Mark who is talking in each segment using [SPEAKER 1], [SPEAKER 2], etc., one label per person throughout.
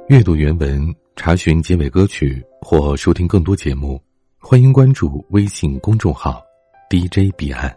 [SPEAKER 1] 阅读原文，查询结尾歌曲或收听更多节目，欢迎关注微信公众号 DJ 彼岸。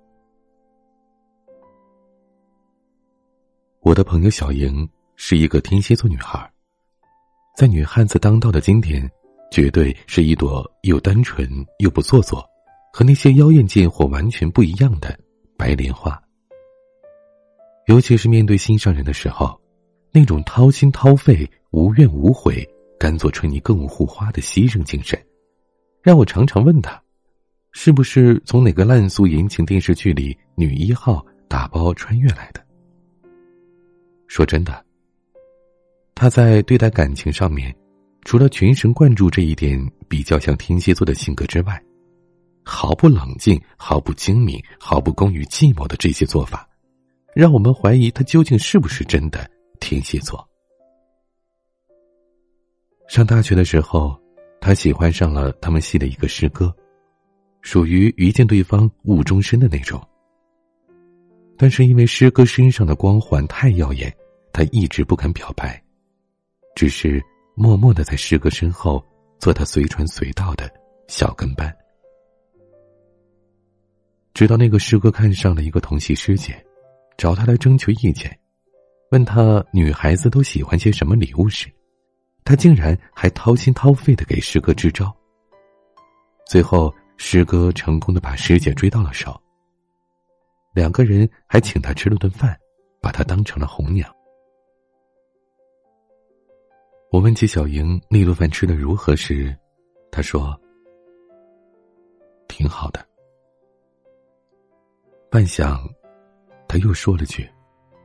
[SPEAKER 1] 我的朋友小莹是一个天蝎座女孩，在女汉子当道的今天，绝对是一朵又单纯又不做作，和那些妖艳贱货完全不一样的白莲花。尤其是面对心上人的时候，那种掏心掏肺、无怨无悔、甘做春泥更无护花的牺牲精神，让我常常问她，是不是从哪个烂俗言情电视剧里女一号打包穿越来的？说真的，她在对待感情上面，除了全神贯注这一点比较像天蝎座的性格之外，毫不冷静、毫不精明、毫不攻于计谋的这些做法，让我们怀疑她究竟是不是真的天蝎座。上大学的时候，他喜欢上了他们系的一个师哥，属于一见对方误终身的那种。但是因为师哥身上的光环太耀眼，他一直不敢表白，只是默默地在师哥身后做他随传随到的小跟班。直到那个师哥看上了一个同系师姐，找他来征求意见，问他女孩子都喜欢些什么礼物时，他竟然还掏心掏肺地给师哥支招。最后师哥成功地把师姐追到了手，两个人还请他吃了顿饭，把他当成了红娘。我问起小莹那顿饭吃得如何时，他说挺好的。半晌他又说了句，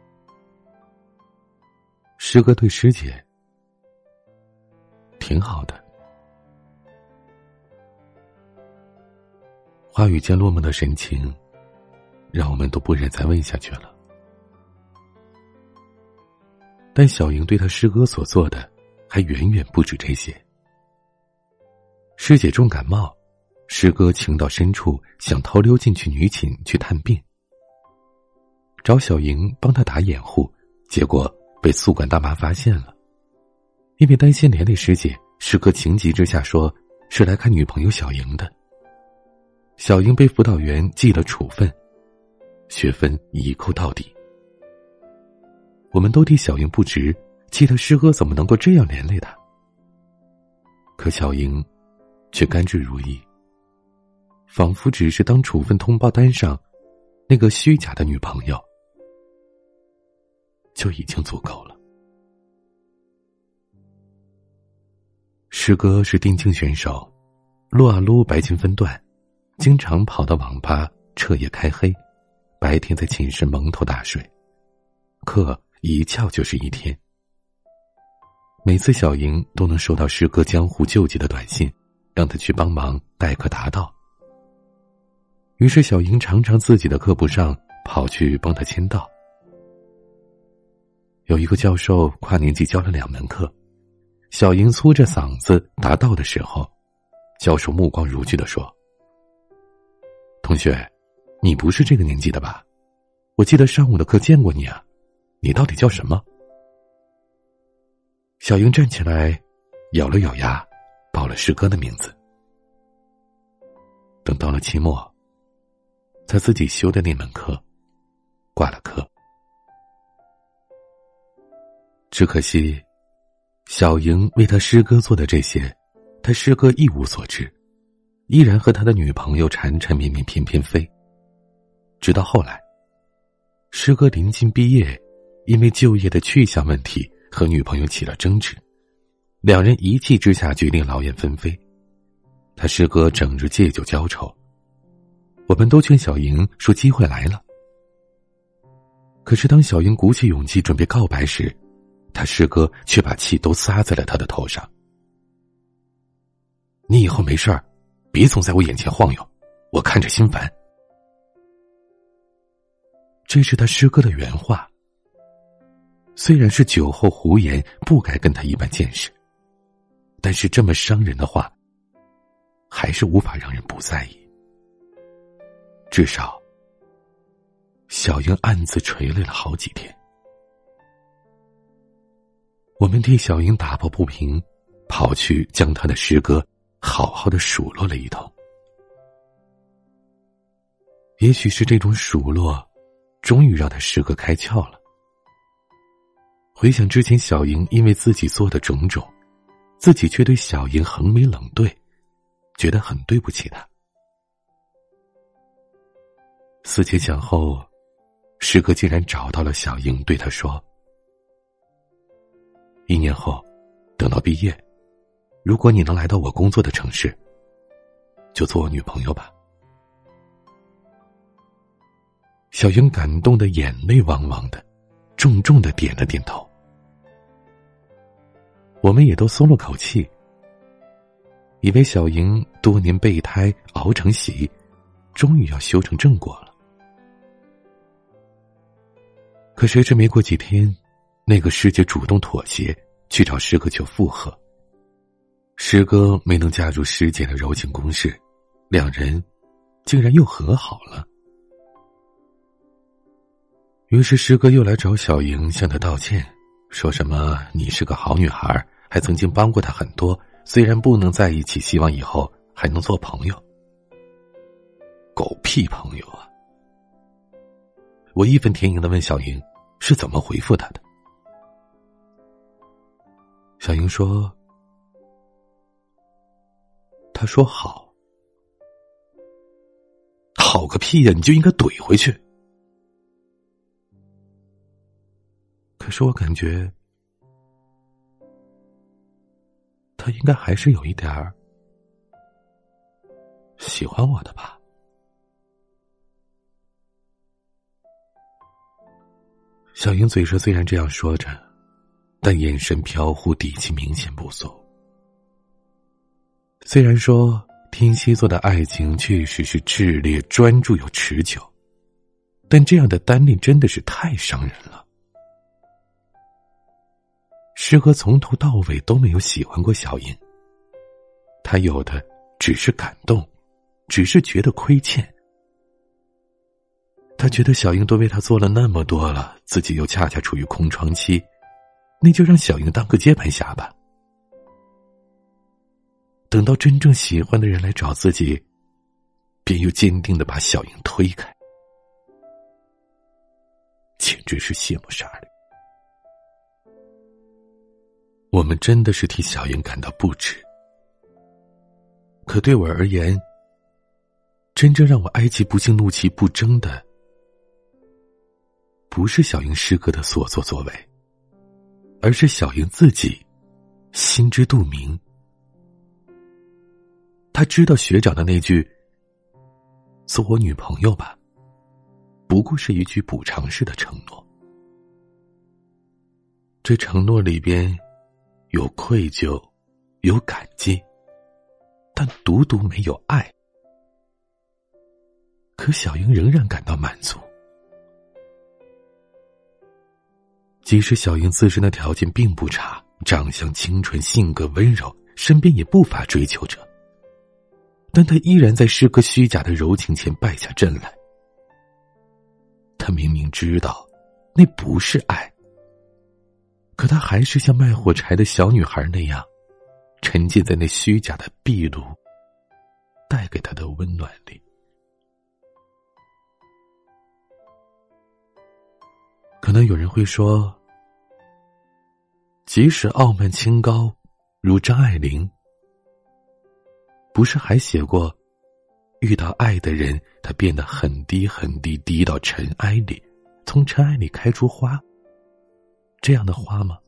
[SPEAKER 1] 师哥对师姐挺好的。话语间落寞的神情，让我们都不忍再问下去了。但小莹对她师哥所做的还远远不止这些。师姐重感冒，师哥情到深处想偷溜进去女寝去探病，找小莹帮她打掩护，结果被宿管大妈发现了。因为担心连累师姐，师哥情急之下说是来看女朋友小莹的。小莹被辅导员记了处分，学分一扣到底。我们都替小莹不值，气得师哥怎么能够这样连累她。可小莹却甘之如饴，仿佛只是当处分通报单上那个虚假的女朋友就已经足够了。师哥是电竞选手，撸啊撸白金分段，经常跑到网吧彻夜开黑，白天在寝室蒙头大睡，课一翘就是一天。每次小莹都能收到师哥江湖救急的短信，让他去帮忙代课答到。于是小莹常常自己的课不上，跑去帮他签到。有一个教授跨年级教了2门课，小莹粗着嗓子答到的时候，教授目光如炬地说，同学，你不是这个年纪的吧？我记得上午的课见过你啊，你到底叫什么？小莹站起来，咬了咬牙，报了师哥的名字。等到了期末，他自己修的那门课挂了科。只可惜小莹为他师哥做的这些，他师哥一无所知，依然和他的女朋友缠缠绵绵翩翩飞。直到后来，师哥临近毕业，因为就业的去向问题和女朋友起了争执，两人一气之下决定劳燕分飞。他师哥整日借酒浇愁，我们都劝小莹说机会来了。可是当小莹鼓起勇气准备告白时，他师哥却把气都撒在了他的头上。你以后没事儿，别总在我眼前晃悠，我看着心烦。这是他师哥的原话。虽然是酒后胡言，不该跟他一般见识，但是这么伤人的话，还是无法让人不在意。至少，小英暗自垂泪了好几天。 我们替小英打抱不平，跑去将她的诗歌好好的数落了一通。也许是这种数落终于让他诗歌开窍了。回想之前小莹因为自己做的种种，自己却对小莹横眉冷对，觉得很对不起她。思前想后，诗歌竟然找到了小莹，对她说：1年后等到毕业，如果你能来到我工作的城市，就做我女朋友吧。小莹感动的眼泪汪汪的，重重的点了点头。我们也都松了口气，以为小莹多年备胎熬成喜，终于要修成正果了。可谁知没过几天，那个师姐主动妥协，去找师哥求复合。师哥没能加入师姐的柔情攻势，两人竟然又和好了。于是师哥又来找小莹向她道歉，说什么你是个好女孩，还曾经帮过她很多，虽然不能在一起，希望以后还能做朋友。狗屁朋友啊！我义愤填膺地问小莹是怎么回复他的。小莹说，他说好。好个屁呀，你就应该怼回去。可是我感觉他应该还是有一点儿喜欢我的吧。小莹嘴上虽然这样说着，但眼神飘忽，底气明显不俗。虽然说天蝎座的爱情确实是炽烈、专注又持久，但这样的单恋真的是太伤人了。师哥从头到尾都没有喜欢过小莹，他有的只是感动，只是觉得亏欠。他觉得小莹都为他做了那么多了，自己又恰恰处于空窗期，那就让小莹当个接盘侠吧。等到真正喜欢的人来找自己，便又坚定地把小莹推开，简直是卸磨杀驴。我们真的是替小莹感到不值，可对我而言，真正让我哀其不幸怒其不争的，不是小莹师哥的所作所为，而是小莹自己心知肚明。他知道学长的那句做我女朋友吧，不过是一句补偿式的承诺。这承诺里边有愧疚，有感激，但独独没有爱。可小莹仍然感到满足。即使小莹自身的条件并不差，长相清纯，性格温柔，身边也不乏追求者，但她依然在师哥虚假的柔情前败下阵来。她明明知道那不是爱，可她还是像卖火柴的小女孩那样，沉浸在那虚假的壁炉带给她的温暖里。可能有人会说，即使傲慢清高如张爱玲，不是还写过遇到爱的人，他变得很低很低，低到尘埃里，从尘埃里开出花，这样的花吗？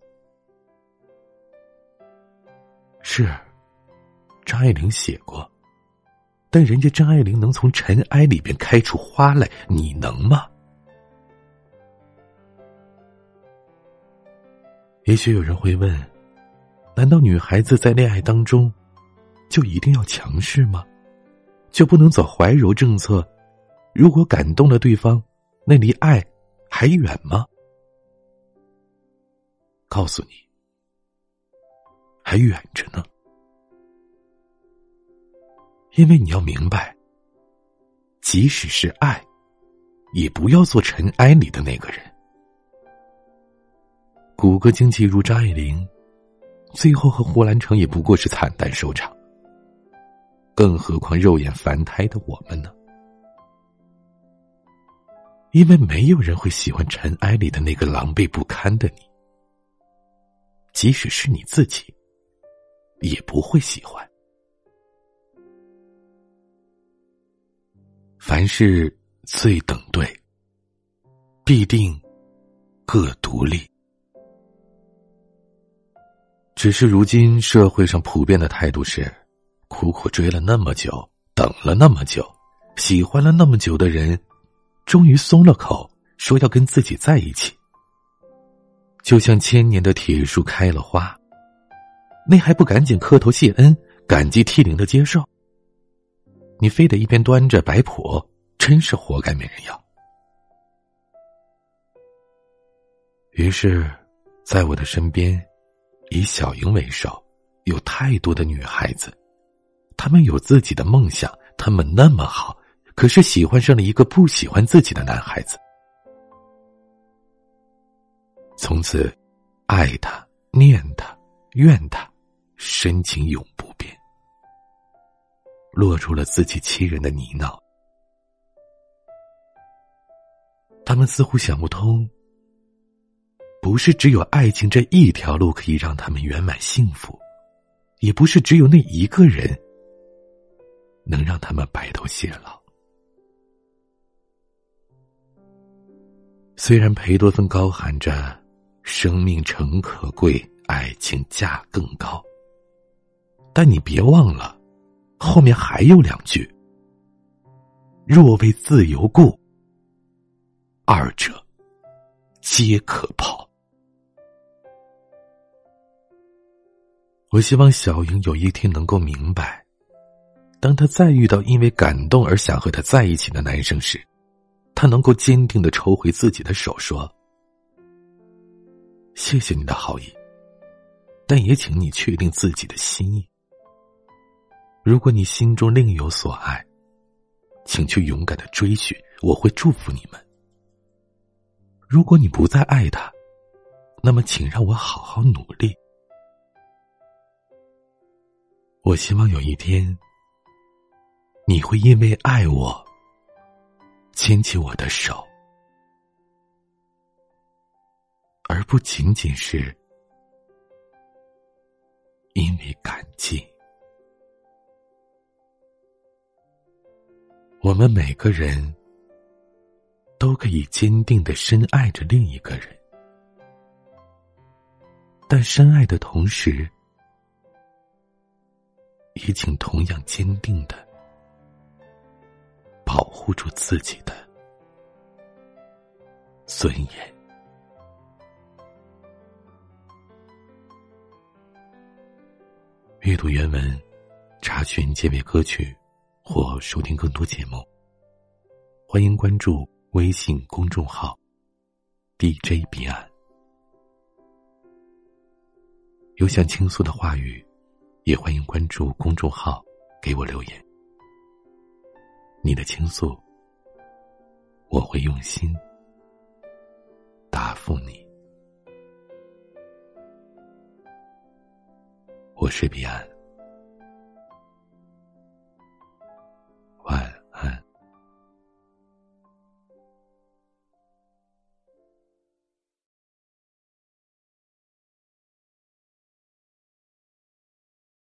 [SPEAKER 1] 是，张爱玲写过，但人家张爱玲能从尘埃里边开出花来，你能吗？也许有人会问，难道女孩子在恋爱当中就一定要强势吗？就不能走怀柔政策？如果感动了对方，那离爱还远吗？告诉你，还远着呢。因为你要明白，即使是爱，也不要做尘埃里的那个人。 骨骼惊奇如张爱玲，最后和胡兰成也不过是惨淡收场。更何况肉眼凡胎的我们呢？因为没有人会喜欢尘埃里的那个狼狈不堪的你，即使是你自己，也不会喜欢。凡事最等对，必定各独立。只是如今社会上普遍的态度是，苦苦追了那么久，等了那么久，喜欢了那么久的人，终于松了口，说要跟自己在一起。就像千年的铁树开了花，那还不赶紧磕头谢恩，感激涕零的接受？你非得一边端着摆谱，真是活该没人要。于是在我的身边，以小莹为首，有太多的女孩子，她们有自己的梦想，她们那么好，可是喜欢上了一个不喜欢自己的男孩子。从此爱他，念他，怨他，深情永不变，落入了自欺欺人的泥淖。他们似乎想不通，不是只有爱情这一条路可以让他们圆满幸福，也不是只有那一个人能让他们白头偕老。虽然裴多芬高喊着生命诚可贵，爱情价更高，但你别忘了后面还有两句，若为自由故，二者皆可抛。我希望小莹有一天能够明白，当她再遇到因为感动而想和他在一起的男生时，她能够坚定地抽回自己的手，说谢谢你的好意，但也请你确定自己的心意。如果你心中另有所爱，请去勇敢地追寻，我会祝福你们。如果你不再爱他，那么请让我好好努力。我希望有一天，你会因为爱我，牵起我的手，而不仅仅是因为感激。我们每个人都可以坚定地深爱着另一个人，但深爱的同时，也请同样坚定地保护住自己的尊严。阅读原文，查询结尾歌曲或收听更多节目，欢迎关注微信公众号 DJ 彼岸。有想倾诉的话语，也欢迎关注公众号给我留言。你的倾诉，我会用心答复你。我是彼岸。